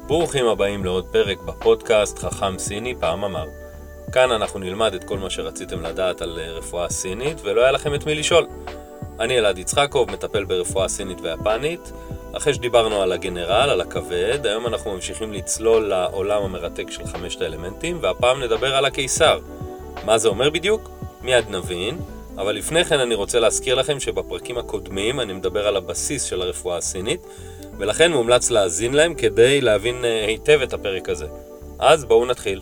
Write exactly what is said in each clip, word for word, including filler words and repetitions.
ברוכים הבאים לעוד פרק בפודקאסט חכם סיני פעם אמר. כאן אנחנו נלמד את כל מה שרציתם לדעת על רפואה סינית ולא היה לכם את מי לשאול. אני אלעד יצחקוב, מטפל ברפואה סינית ויפנית. אחרי שדיברנו על הגנרל, על הכבד, היום אנחנו ממשיכים לצלול לעולם המרתק של חמשת האלמנטים, והפעם נדבר על הקיסר. מה זה אומר בדיוק? מיד נבין. אבל לפני כן אני רוצה להזכיר לכם שבפרקים הקודמים אני מדבר על הבסיס של הרפואה הסינית, ולכן מומלץ להאזין להם כדי להבין היטב את הפרק הזה. אז בואו נתחיל.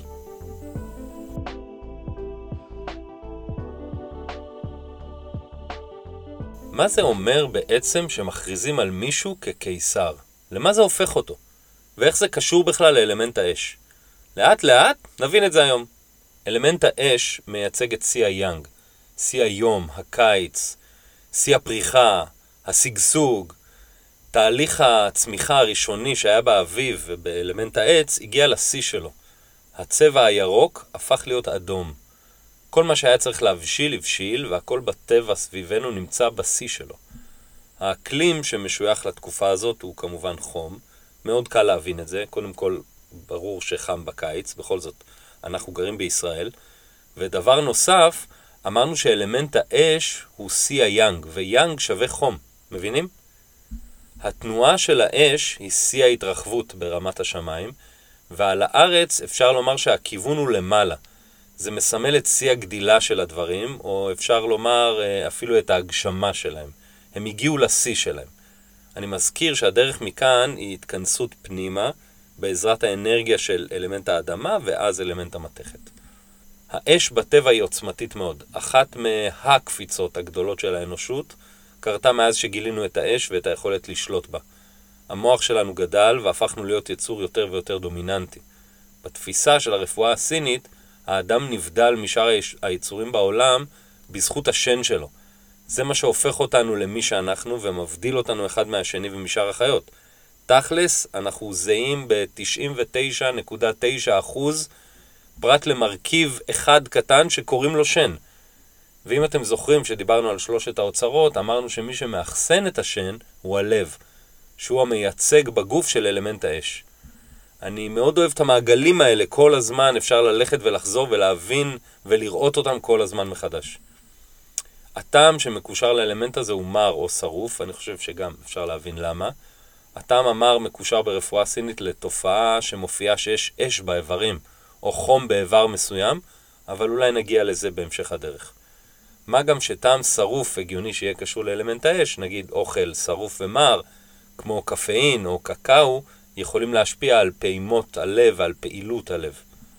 מה זה אומר בעצם שמכריזים על מישהו כקיסר? למה זה הופך אותו? ואיך זה קשור בכלל לאלמנט האש? לאט לאט נבין את זה היום. אלמנט האש מייצג את שיא היאנג, שיא היום, הקיץ, שיא הפריחה, השגשוג. תהליך הצמיחה הראשוני שהיה באביב ובאלמנט העץ הגיע לשיא שלו. הצבע הירוק הפך להיות אדום. כל מה שהיה צריך להבשיל הבשיל, והכל בטבע סביבנו נמצא בשיא שלו. האקלים שמשוייך לתקופה הזאת הוא כמובן חום. מאוד קל להבין את זה. קודם כל ברור שחם בקיץ, בכל זאת אנחנו גרים בישראל. ודבר נוסף, אמרנו שאלמנט האש הוא שיא היאנג, ויאנג שווה חום. מבינים? התנועה של האש היא שיא ההתרחבות ברמת השמיים, ועל הארץ אפשר לומר שהכיוון הוא למעלה. זה מסמל את שיא הגדילה של הדברים, או אפשר לומר אפילו את ההגשמה שלהם. הם הגיעו לשיא שלהם. אני מזכיר שהדרך מכאן היא התכנסות פנימה, בעזרת האנרגיה של אלמנט האדמה ואז אלמנט המתכת. האש בטבע היא עוצמתית מאוד. אחת מהקפיצות הגדולות של האנושות קרתה מאז שגילינו את האש ואת היכולת לשלוט בה. המוח שלנו גדל והפכנו להיות יצור יותר ויותר דומיננטי. בתפיסה של הרפואה הסינית, האדם נבדל משאר היצורים בעולם בזכות השן שלו. זה מה שהופך אותנו למי שאנחנו ומבדיל אותנו אחד מהשני ומשאר החיות. תכלס, אנחנו זהים ב-תשעים ותשע נקודה תשע אחוז פרט למרכיב אחד קטן שקוראים לו שן. ואם אתם זוכרים שדיברנו על שלושת האוצרות, אמרנו שמי שמאחסן את השן הוא הלב, שהוא המייצג בגוף של אלמנט האש. אני מאוד אוהב את המעגלים האלה, כל הזמן אפשר ללכת ולחזור ולהבין ולראות אותם כל הזמן מחדש. הטעם שמקושר לאלמנט הזה הוא מר או שרוף, אני חושב שגם אפשר להבין למה. הטעם המר מקושר ברפואה סינית לתופעה שמופיעה שיש אש באיברים, או חום באיבר מסוים, אבל אולי נגיע לזה בהמשך הדרך. מה גם שטעם שרוף הגיוני שיהיה קשור לאלמנט האש, נגיד אוכל שרוף ומר, כמו קפאין או קקאו, יכולים להשפיע על פעימות הלב ועל פעילות הלב.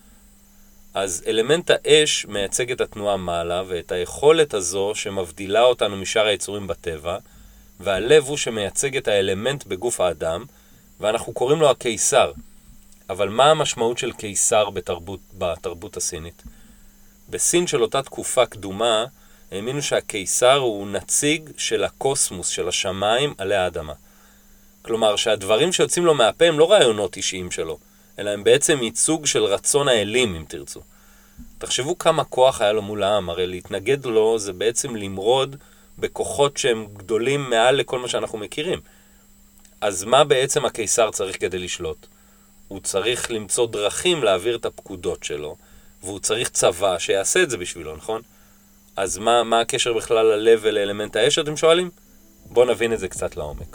אז אלמנט האש מייצג את התנועה מעלה ואת היכולת הזו שמבדילה אותנו משאר היצורים בטבע, והלב הוא שמייצג את האלמנט בגוף האדם, ואנחנו קוראים לו הקיסר. אבל מה המשמעות של קיסר בתרבות, בתרבות הסינית? בסין של אותה תקופה קדומה, האמינו שהקיסר הוא נציג של הקוסמוס, של השמיים עלי האדמה. כלומר שהדברים שיוצאים לו מהפה הם לא רעיונות אישיים שלו, אלא הם בעצם ייצוג של רצון האלים, אם תרצו. תחשבו כמה כוח היה לו מול העם, הרי להתנגד לו זה בעצם למרוד בכוחות שהם גדולים מעל לכל מה שאנחנו מכירים. אז מה בעצם הקיסר צריך כדי לשלוט? הוא צריך למצוא דרכים להעביר את הפקודות שלו, והוא צריך צבא שיעשה את זה בשבילו, נכון? אז מה, מה הקשר בכלל ללב ולאלמנט האש, אתם שואלים? בואו נבין את זה קצת לעומק.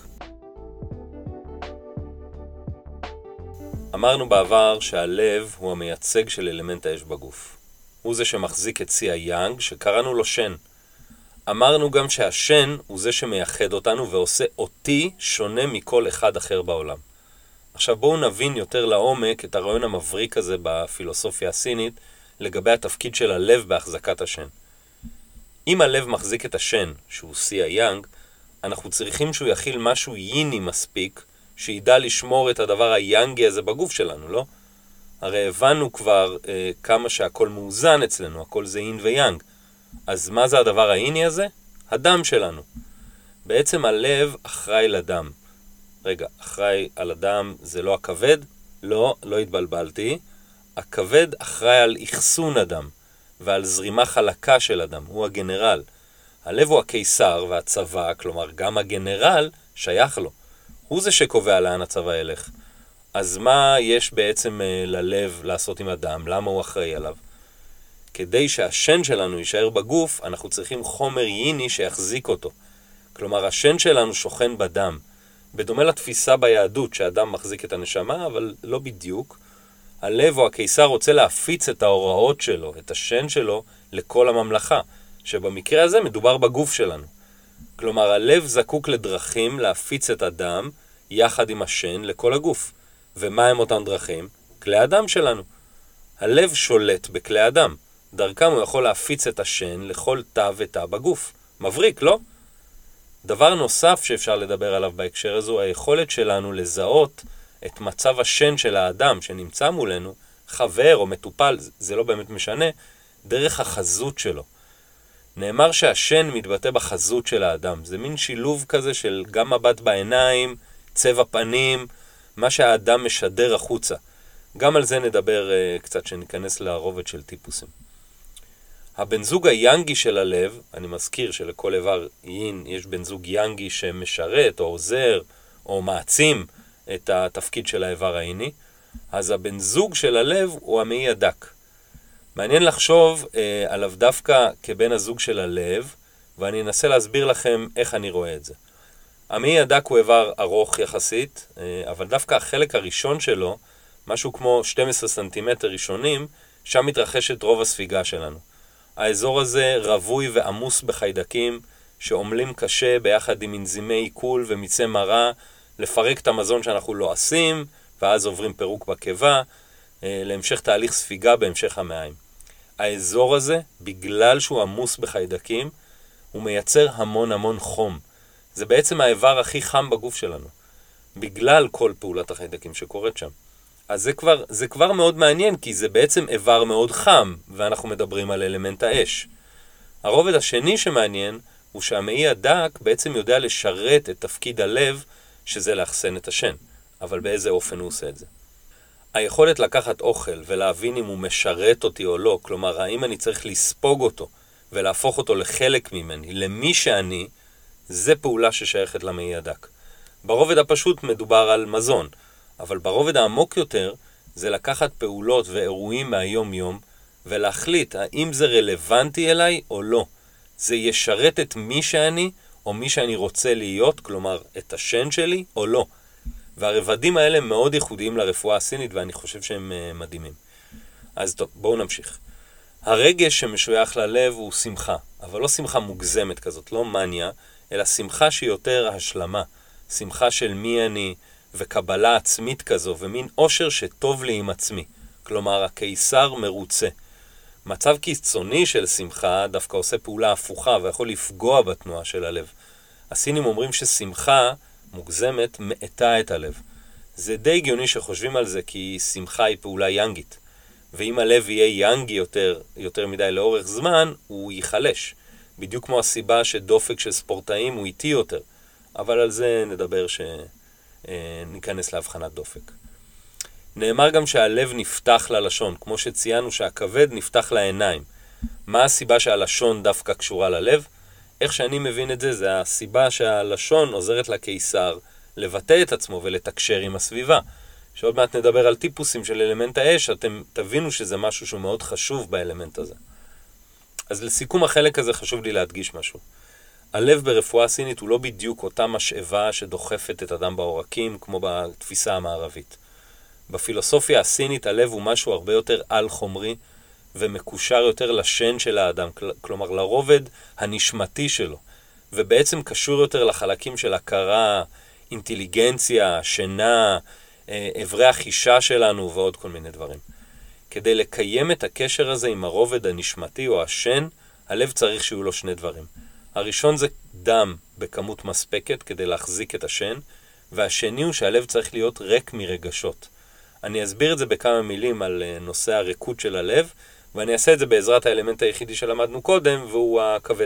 אמרנו בעבר שהלב הוא המייצג של אלמנט האש בגוף. הוא זה שמחזיק את שיא היאנג, שקראנו לו שן. אמרנו גם שהשן הוא זה שמייחד אותנו ועושה אותי שונה מכל אחד אחר בעולם. עכשיו בואו נבין יותר לעומק את הרעיון המבריק הזה בפילוסופיה הסינית לגבי התפקיד של הלב בהחזקת השן. אם הלב מחזיק את השן, שהוא שיא היאנג, אנחנו צריכים שהוא יכיל משהו ייני מספיק, שידע לשמור את הדבר היאנגי הזה בגוף שלנו, לא? הרי הבנו כבר אה, כמה שהכל מאוזן אצלנו, הכל זה יין ויאנג. אז מה זה הדבר הייני הזה? הדם שלנו. בעצם הלב אחראי לדם. רגע, אחראי על הדם זה לא הכבד? לא, לא התבלבלתי. הכבד אחראי על אחסון הדם. ועל זרימה חלקה של אדם, הוא הגנרל. הלב הוא הקיסר והצבא, כלומר גם הגנרל שייך לו. הוא זה שקובע לאן הצבא ילך. אז מה יש בעצם ללב לעשות עם הדם? למה הוא אחראי עליו? כדי שהשן שלנו יישאר בגוף, אנחנו צריכים חומר ייני שיחזיק אותו. כלומר, השן שלנו שוכן בדם. בדומה לתפיסה ביהדות שהדם מחזיק את הנשמה, אבל לא בדיוק. הלב או הקיסר רוצה להפיץ את ההוראות שלו, את השן שלו, לכל הממלכה, שבמקרה הזה מדובר בגוף שלנו. כלומר, הלב זקוק לדרכים להפיץ את הדם יחד עם השן לכל הגוף. ומה הם אותם דרכים? כלי הדם שלנו. הלב שולט בכלי הדם. דרכם הוא יכול להפיץ את השן לכל תא ותא בגוף. מבריק, לא? דבר נוסף שאפשר לדבר עליו בהקשר הזו, היכולת שלנו לזהות את מצב השן של האדם שנמצא מולנו, חבר או מטופל, זה לא באמת משנה, דרך החזות שלו. נאמר שהשן מתבטא בחזות של האדם. זה מין שילוב כזה של גם מבט בעיניים, צבע פנים, מה שהאדם משדר החוצה. גם על זה נדבר uh, קצת שניכנס לרובד של טיפוסים. הבן זוג היאנגי של הלב, אני מזכיר שלכל איבר יין יש בן זוג יאנגי שמשרת או עוזר או מעצים את התפקיד של האיבר האיני, אז הבן זוג של הלב הוא המעי הדק. מעניין לחשוב אה, עליו דווקא כבן הזוג של הלב, ואני אנסה להסביר לכם איך אני רואה את זה. המעי הדק הוא איבר ארוך יחסית, אה, אבל דווקא החלק הראשון שלו, משהו כמו שנים עשר סנטימטר ראשונים, שם מתרחשת רוב הספיגה שלנו. האזור הזה רווי ועמוס בחיידקים שעומלים קשה ביחד עם אנזימי עיכול ומיצי מרה לפרק את המזון שאנחנו לא עושים, ואז עוברים פירוק בקיבה, להמשך תהליך ספיגה בהמשך המעיים. האזור הזה, בגלל שהוא עמוס בחיידקים, הוא מייצר המון המון חום. זה בעצם האיבר הכי חם בגוף שלנו, בגלל כל פעולת החיידקים שקורית שם. אז זה כבר, זה כבר מאוד מעניין, כי זה בעצם איבר מאוד חם, ואנחנו מדברים על אלמנט האש. הרובד השני שמעניין, הוא שהמעי הדק בעצם יודע לשרת את תפקיד הלב, שזה לאחסן את השן. אבל באיזה אופן הוא עושה את זה? היכולת לקחת אוכל ולהבין אם הוא משרת אותי או לא, כלומר, האם אני צריך לספוג אותו ולהפוך אותו לחלק ממני, למי שאני, זה פעולה ששייכת למעי הדק. ברובד הפשוט מדובר על מזון, אבל ברובד העמוק יותר זה לקחת פעולות ואירועים מהיום יום ולהחליט האם זה רלוונטי אליי או לא. זה ישרת את מי שאני או מי שאני רוצה להיות, כלומר את השן שלי או לא. והרבדים האלה מאוד ייחודיים לרפואה הסינית ואני חושב שהם uh, מדהימים. אז טוב, בואו נמשיך. הרגש שמשוייך ללב הוא שמחה, אבל לא שמחה מוגזמת כזאת, לא מניה, אלא שמחה שהיא יותר השלמה. שמחה של מי אני וקבלה עצמית כזו ומין אושר שטוב לי עם עצמי. כלומר, הקיסר מרוצה. מצב קיצוני של שמחה דווקא עושה פעולה הפוכה ויכול לפגוע בתנועה של הלב. הסינים אומרים ששמחה מוגזמת מאטה את הלב. זה די הגיוני שחושבים על זה כי שמחה היא פעולה יאנגית. ואם הלב יהיה יאנגי יותר, יותר מדי לאורך זמן, הוא ייחלש. בדיוק כמו הסיבה שדופק של ספורטאים הוא איטי יותר. אבל על זה נדבר שניכנס להבחנת דופק. נאמר גם שהלב נפתח ללשון, כמו שציינו שהכבד נפתח לעיניים. מה הסיבה שהלשון דווקא קשורה ללב? איך שאני מבין את זה, זה הסיבה שהלשון עוזרת לקיסר לבטא את עצמו ולתקשר עם הסביבה. שעוד מעט נדבר על טיפוסים של אלמנט האש, אתם תבינו שזה משהו שהוא מאוד חשוב באלמנט הזה. אז לסיכום החלק הזה חשוב לי להדגיש משהו. הלב ברפואה סינית הוא לא בדיוק אותה משאבה שדוחפת את אדם בעורקים, כמו בתפיסה המערבית. בפילוסופיה הסינית הלב הוא משהו הרבה יותר על חומרי, ומקושר יותר לשן של האדם, כלומר לרובד הנשמתי שלו, ובעצם קשור יותר לחלקים של הכרה, אינטליגנציה, שינה, עברי החישה שלנו ועוד כל מיני דברים. כדי לקיים את הקשר הזה עם הרובד הנשמתי או השן, הלב צריך שיהיו לו שני דברים. הראשון זה דם בכמות מספקת כדי להחזיק את השן, והשני הוא שהלב צריך להיות ריק מרגשות. אני אסביר את זה בכמה מילים על נושא הריקות של הלב, ואני אעשה את זה בעזרת האלמנט היחידי שלמדנו קודם, והוא הכבד.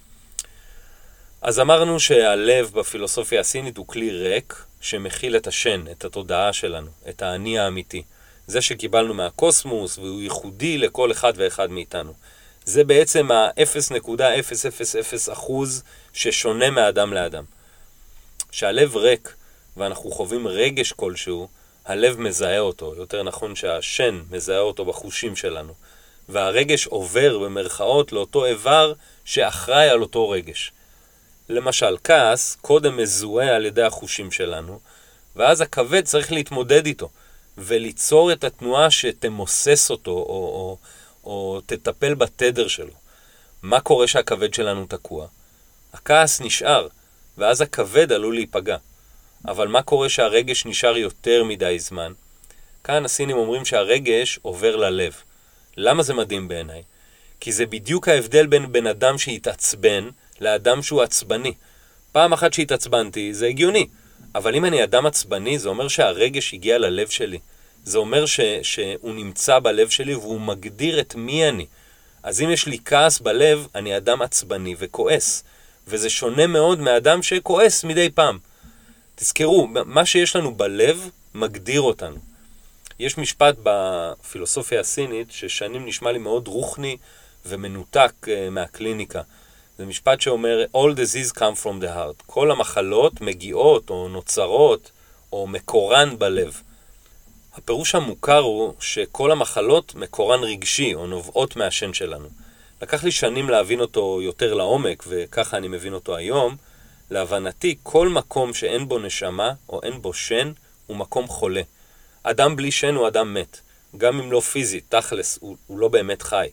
אז אמרנו שהלב בפילוסופיה הסינית הוא כלי ריק, שמכיל את השן, את התודעה שלנו, את האני האמיתי. זה שקיבלנו מהקוסמוס, והוא ייחודי לכל אחד ואחד מאיתנו. זה בעצם ה-אפס נקודה אפס אפס אפס אחוז ששונה מאדם לאדם. שהלב ריק, ואנחנו חווים רגש כלשהו, הלב מזהה אותו, יותר נכון שהשן מזהה אותו בחושים שלנו, והרגש עובר במרכאות לאותו איבר שאחראי על אותו רגש. למשל, כעס קודם מזוהה על ידי החושים שלנו, ואז הכבד צריך להתמודד איתו, וליצור את התנועה שתמוסס אותו, או, או, או תטפל בתדר שלו. מה קורה שהכבד שלנו תקוע? הכעס נשאר, ואז הכבד עלול להיפגע. אבל מה קורה שהרגש נשאר יותר מדי זמן? כאן הסינים אומרים שהרגש עובר ללב. למה זה מדהים בעיניי? כי זה בדיוק ההבדל בין בן אדם שהתעצבן לאדם שהוא עצבני. פעם אחת שהתעצבנתי זה הגיוני, אבל אם אני אדם עצבני זה אומר שהרגש הגיע ללב שלי. זה אומר ש, שהוא נמצא בלב שלי והוא מגדיר את מי אני. אז אם יש לי כעס בלב, אני אדם עצבני וכועס. וזה שונה מאוד מאדם שכועס מדי פעם. תזכרו, מה שיש לנו בלב מגדיר אותנו. יש משפט בפילוסופיה הסינית ששנים נשמע לי מאוד רוחני ומנותק מהקליניקה. זה משפט שאומר, all disease come from the heart. כל המחלות מגיעות או נוצרות או מקורן בלב. הפירוש המוכר הוא שכל המחלות מקורן רגשי או נובעות מהשן שלנו. לקח לי שנים להבין אותו יותר לעומק, וככה אני מבין אותו היום. להבנתי, כל מקום שאין בו נשמה או אין בו שן הוא מקום חולה. אדם בלי שן הוא אדם מת. גם אם לא פיזית, תכלס, הוא, הוא לא באמת חי.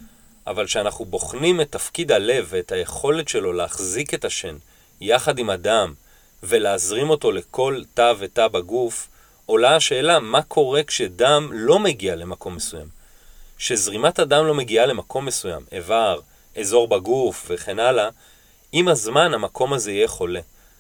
אבל כשאנחנו בוחנים את תפקיד הלב ואת היכולת שלו להחזיק את השן יחד עם הדם ולהזרים אותו לכל תא ותא בגוף, עולה השאלה מה קורה כשדם לא מגיע למקום מסוים. שזרימת הדם לא מגיעה למקום מסוים, איבר, אזור בגוף וכן הלאה, עם הזמן המקום הזה יהיה חולה.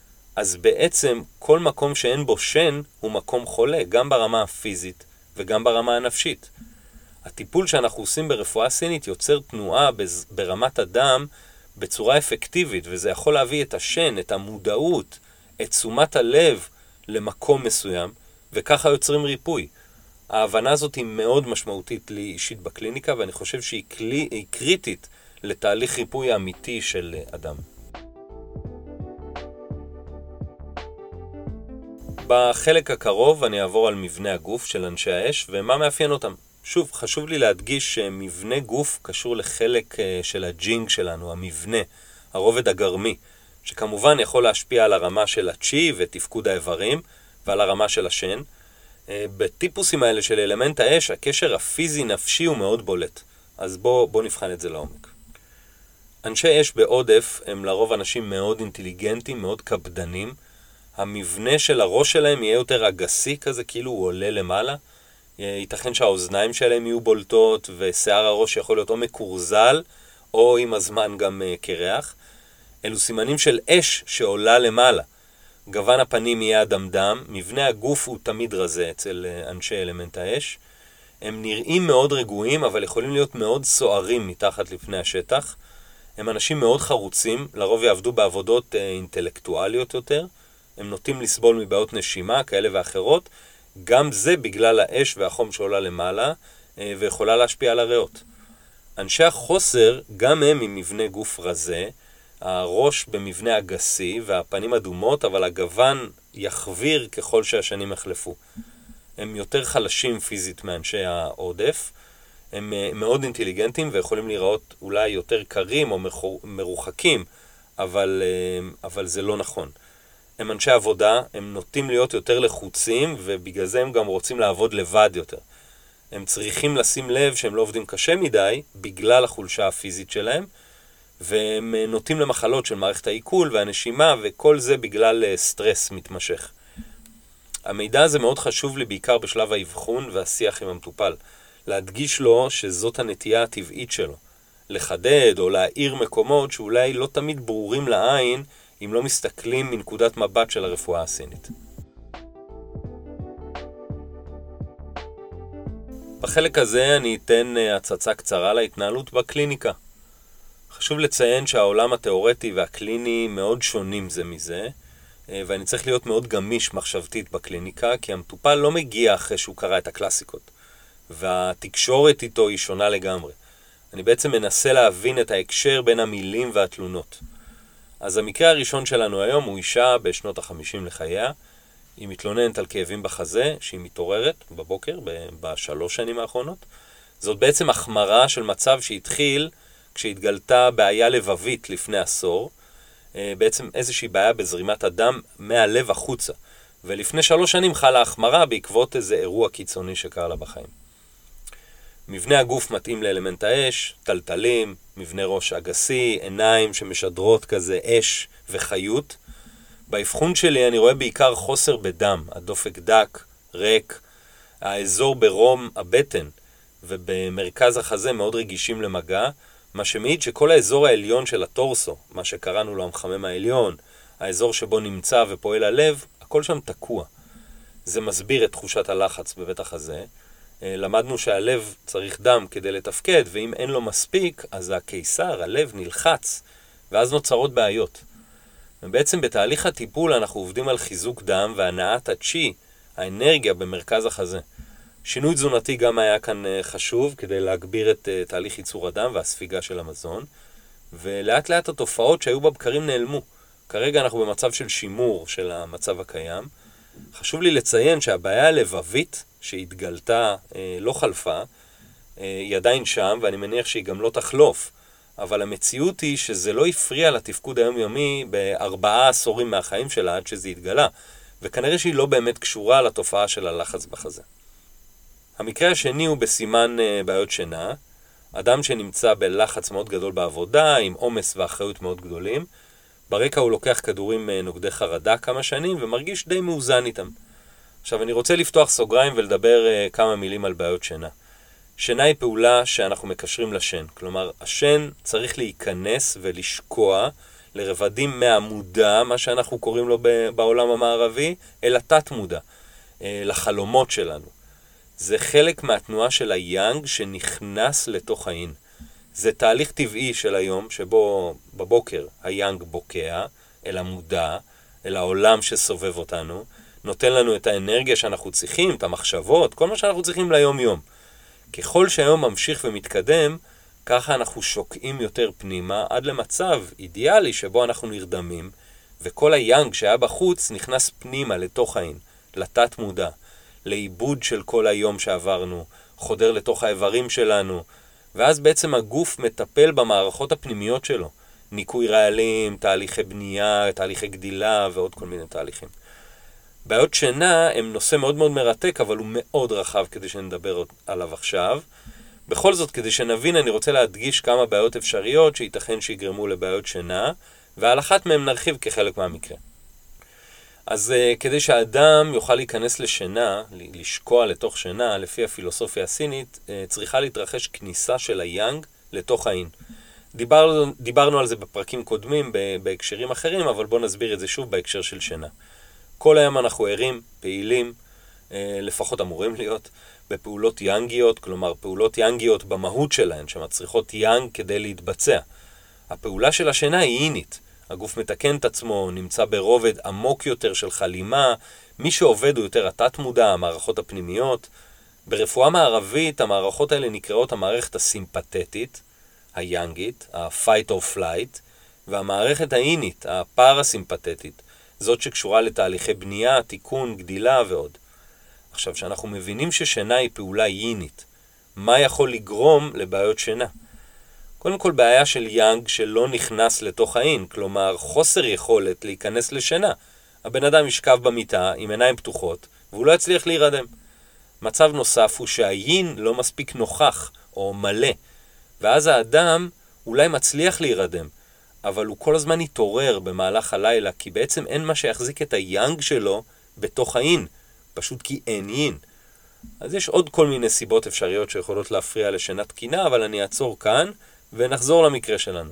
אז בעצם כל מקום שאין בו שן הוא מקום חולה, גם ברמה הפיזית וגם ברמה הנפשית. הטיפול שאנחנו עושים ברפואה סינית יוצר תנועה ברמת הדם בצורה אפקטיבית, וזה יכול להביא את השן, את המודעות, את תשומת הלב למקום מסוים, וככה יוצרים ריפוי. ההבנה הזאת היא מאוד משמעותית לי אישית בקליניקה, ואני חושב שהיא כלי, היא קריטית לתהליך ריפוי האמיתי של אדם. בחלק הקרוב אני אעבור על מבנה הגוף של אנשי האש ומה מאפיין אותם. שוב, חשוב לי להדגיש שמבנה גוף קשור לחלק של הג'ינג שלנו, המבנה, הרובד הגרמי, שכמובן יכול להשפיע על הרמה של הצ'י ותפקוד האיברים ועל הרמה של השן. בטיפוסים האלה של אלמנט האש, הקשר הפיזי-נפשי הוא מאוד בולט. אז בוא, בוא נבחן את זה לעומק. אנשי אש בעודף הם לרוב אנשים מאוד אינטליגנטים, מאוד קפדנים. המבנה של הראש שלהם יהיה יותר אגסי כזה, כאילו הוא עולה למעלה. ייתכן שהאוזניים שלהם יהיו בולטות, ושיער הראש יכול להיות או מקורזל, או עם הזמן גם קרח. אלו סימנים של אש שעולה למעלה. גוון הפנים יהיה אדמדם, מבנה הגוף הוא תמיד רזה אצל אנשי אלמנט האש. הם נראים מאוד רגועים, אבל יכולים להיות מאוד סוערים מתחת לפני השטח. הם אנשים מאוד חרוצים, לרוב יעבדו בעבודות אינטלקטואליות יותר. הם נוטים לסבול מבעיות נשימה, כאלה ואחרות. גם זה בגלל האש והחום שעולה למעלה, ויכולה להשפיע על הריאות. אנשי החוסר, גם הם עם מבנה גוף רזה, הראש במבנה אגסי והפנים אדומות, אבל הגוון יחביר ככל שהשנים יחלפו. הם יותר חלשים פיזית מאנשי העודף, הם מאוד אינטליגנטים ויכולים להיראות אולי יותר קרים או מרוחקים, אבל, אבל זה לא נכון. הם אנשי עבודה, הם נוטים להיות יותר לחוצים, ובגלל זה הם גם רוצים לעבוד לבד יותר. הם צריכים לשים לב שהם לא עובדים קשה מדי, בגלל החולשה הפיזית שלהם, והם נוטים למחלות של מערכת העיכול והנשימה, וכל זה בגלל סטרס מתמשך. המידע הזה מאוד חשוב לי בעיקר בשלב האבחון והשיח עם המטופל. להדגיש לו שזאת הנטייה הטבעית שלו. לחדד או להאיר מקומות שאולי לא תמיד ברורים לעין, אם לא מסתכלים מנקודת מבט של הרפואה הסינית. בחלק הזה אני אתן הצצה קצרה להתנהלות בקליניקה. חשוב לציין שהעולם התיאורטי והקליני מאוד שונים זה מזה, ואני צריך להיות מאוד גמיש מחשבתית בקליניקה, כי המטופל לא מגיע אחרי שהוא קרא את הקלאסיקות, והתקשורת איתו היא שונה לגמרי. אני בעצם מנסה להבין את ההקשר בין המילים והתלונות. אז המקרה הראשון שלנו היום הוא אישה בשנות החמישים לחייה, היא מתלוננת על כאבים בחזה, שהיא מתעוררת בבוקר, בשלוש שנים האחרונות. זאת בעצם החמרה של מצב שהתחיל כשהתגלתה בעיה לבבית לפני עשור, בעצם איזושהי בעיה בזרימת הדם מהלב החוצה. ולפני שלוש שנים חלה החמרה בעקבות איזה אירוע קיצוני שקרה לה בחיים. מבנה הגוף מתאים לאלמנט האש, טלטלים, מבנה ראש אגסי, עיניים שמשדרות כזה אש וחיות. באבחון שלי אני רואה בעיקר חוסר בדם, הדופק דק, ריק, האזור ברום הבטן ובמרכז החזה מאוד רגישים למגע, מה שמעיד שכל האזור העליון של הטורסו, מה שקראנו לו המחמם העליון, האזור שבו נמצא ופועל הלב, הכל שם תקוע. זה מסביר את תחושת הלחץ בבית החזה. למדנו שהלב צריך דם כדי לתפקד, ואם אין לו מספיק, אז הקיסר, הלב נלחץ, ואז נוצרות בעיות. ובעצם בתהליך הטיפול אנחנו עובדים על חיזוק דם והנעת הצ'י, האנרגיה במרכז החזה. שינוי תזונתי גם היה כאן חשוב כדי להגביר את תהליך ייצור הדם והספיגה של המזון, ולאט לאט התופעות שהיו בבקרים נעלמו. כרגע אנחנו במצב של שימור של המצב הקיים. חשוב לי לציין שהבעיה הלבבית שהתגלתה לא חלפה, היא עדיין שם, ואני מניח שהיא גם לא תחלוף. אבל המציאות היא שזה לא הפריע לתפקוד היומיומי בארבעה עשורים מהחיים שלה עד שזה התגלה, וכנראה שהיא לא באמת קשורה לתופעה של הלחץ בחזה. המקרה השני הוא בסימן בעיות שינה, אדם שנמצא בלחץ מאוד גדול בעבודה, עם עומס ואחריות מאוד גדולים, ברקע הוא לוקח כדורים נוגדי חרדה כמה שנים ומרגיש די מאוזן איתם. עכשיו אני רוצה לפתוח סוגריים ולדבר כמה מילים על בעיות שינה. שינה היא פעולה שאנחנו מקשרים לשן, כלומר השן צריך להיכנס ולשקוע לרבדים מהמודע, מה שאנחנו קוראים לו בעולם המערבי, אל התת מודע, לחלומות שלנו. זה חלק מהתנועה של היאנג שנכנס לתוך האין. זה תהליך טבעי של היום שבו בבוקר היאנג בוקע אל המודע, אל העולם שסובב אותנו, נותן לנו את האנרגיה שאנחנו צריכים, את המחשבות, כל מה שאנחנו צריכים ליום יום. ככל שהיום ממשיך ומתקדם, ככה אנחנו שוקעים יותר פנימה עד למצב אידיאלי שבו אנחנו נרדמים, וכל היאנג שהיה בחוץ נכנס פנימה לתוך האין, לתת מודע, לאיבוד של כל היום שעברנו, חודר לתוך האיברים שלנו, ואז בעצם הגוף מטפל במערכות הפנימיות שלו, ניקוי רעלים, תהליכי בנייה, תהליכי גדילה ועוד כל מיני תהליכים. בעיות שינה הם נושא מאוד מאוד מרתק, אבל הוא מאוד רחב כדי שנדבר עליו עכשיו. בכל זאת, כדי שנבין, אני רוצה להדגיש כמה בעיות אפשריות שייתכן שיגרמו לבעיות שינה, ועל אחת מהם נרחיב כחלק מהמקרה. אז uh, כדי שהאדם יוכל להיכנס לשינה, לשקוע לתוך שינה, לפי הפילוסופיה הסינית, uh, צריכה להתרחש כניסה של היאנג לתוך האין. דיבר, דיברנו על זה בפרקים קודמים, בהקשרים אחרים, אבל בואו נסביר את זה שוב בהקשר של שינה. כל היום אנחנו ערים, פעילים, לפחות אמורים להיות, בפעולות יאנגיות, כלומר פעולות יאנגיות במהות שלהן, שמצריכות יאנג כדי להתבצע. הפעולה של השינה היא אינית. הגוף מתקן את עצמו, נמצא ברובד עמוק יותר של חלימה, מי שעובד הוא יותר התת מודע, המערכות הפנימיות. ברפואה מערבית, המערכות האלה נקראות המערכת הסימפתטית, היאנגית, ה-fight or flight, והמערכת האינית, הפרסימפתטית, זאת שקשורה לתהליכי בנייה, תיקון, גדילה ועוד. עכשיו, שאנחנו מבינים ששינה היא פעולה יינית, מה יכול לגרום לבעיות שינה? קודם כל, בעיה של יאנג שלא נכנס לתוך האין, כלומר חוסר יכולת להיכנס לשינה. הבן אדם ישכב במיטה עם עיניים פתוחות, והוא לא יצליח להירדם. מצב נוסף הוא שהיין לא מספיק נוכח או מלא, ואז האדם אולי מצליח להירדם, אבל הוא כל הזמן יתעורר במהלך הלילה, כי בעצם אין מה שיחזיק את היאנג שלו בתוך האין, פשוט כי אין יין. אז יש עוד כל מיני סיבות אפשריות שיכולות להפריע לשינה תקינה, אבל אני אעצור כאן ונחזור למקרה שלנו.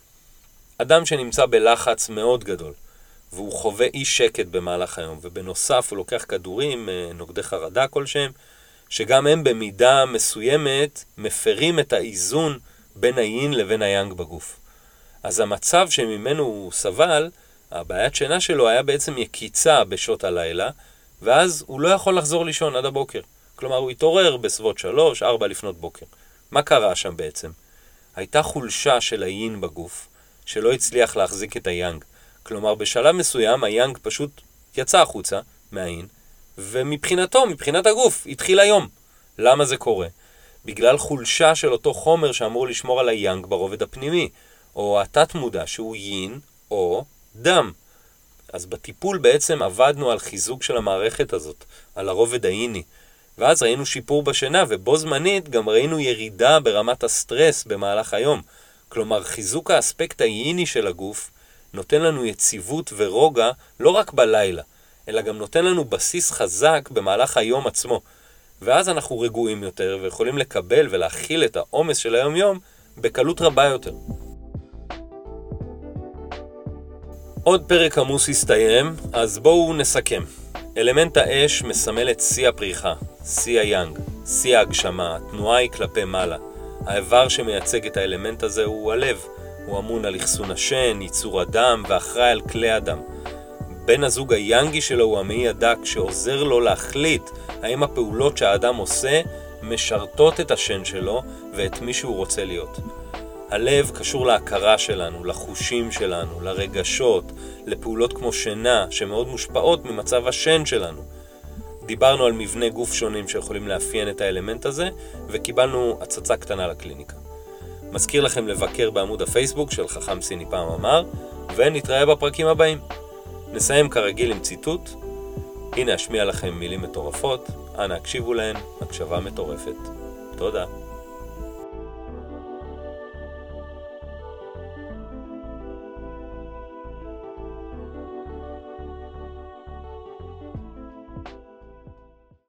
אדם שנמצא בלחץ מאוד גדול, והוא חווה אי שקט במהלך היום, ובנוסף הוא לוקח כדורים, נוגדי חרדה כלשהם, שגם הם במידה מסוימת מפרים את האיזון בין היין לבין היאנג בגוף. אז המצב שממנו הוא סבל, הבעיית שינה שלו היה בעצם יקיצה בשעות הלילה, ואז הוא לא יכול לחזור לישון עד הבוקר. כלומר, הוא התעורר בסביבות שלוש, ארבע לפנות בוקר. מה קרה שם בעצם? הייתה חולשה של היין בגוף, שלא הצליח להחזיק את היאנג. כלומר, בשלב מסוים היאנג פשוט יצא החוצה, מהאין, ומבחינתו, מבחינת הגוף, התחיל היום. למה זה קורה? בגלל חולשה של אותו חומר שאמור לשמור על היאנג ברובד הפנימי, או התת מודע שהוא יין או דם. אז בטיפול בעצם עבדנו על חיזוק של המערכת הזאת, על הרובד האיני, ואז ראינו שיפור בשינה, ובו זמנית גם ראינו ירידה ברמת הסטרס במהלך היום. כלומר, חיזוק האספקט האיני של הגוף נותן לנו יציבות ורוגע לא רק בלילה, אלא גם נותן לנו בסיס חזק במהלך היום עצמו. ואז אנחנו רגועים יותר ויכולים לקבל ולהכיל את העומס של היום יום בקלות רבה יותר. עוד פרק עמוס הסתיים, אז בואו נסכם. אלמנט האש מסמל את שיא הפריחה, שיא היאנג, שיא ההגשמה, התנועה היא כלפי מעלה. האיבר שמייצג את האלמנט הזה הוא הלב, הוא אמון על אחסון השן, ייצור הדם ואחראי על כלי הדם. בן הזוג היאנגי שלו הוא המעי הדק שעוזר לו להחליט האם הפעולות שהאדם עושה משרתות את השן שלו ואת מי שהוא רוצה להיות. הלב קשור להכרה שלנו, לחושים שלנו, לרגשות, לפעולות כמו שינה שמאוד מושפעות ממצב השן שלנו. דיברנו על מבנה גוף שונים שיכולים לאפיין את האלמנט הזה וקיבלנו הצצה קטנה לקליניקה. מזכיר לכם לבקר בעמוד הפייסבוק של חכם סיני פעם אמר, ונתראה בפרקים הבאים. נסיים כרגיל עם ציטוט. הנה אשמיע לכם מילים מטורפות, אנא הקשיבו להן, הקשבה מטורפת. תודה.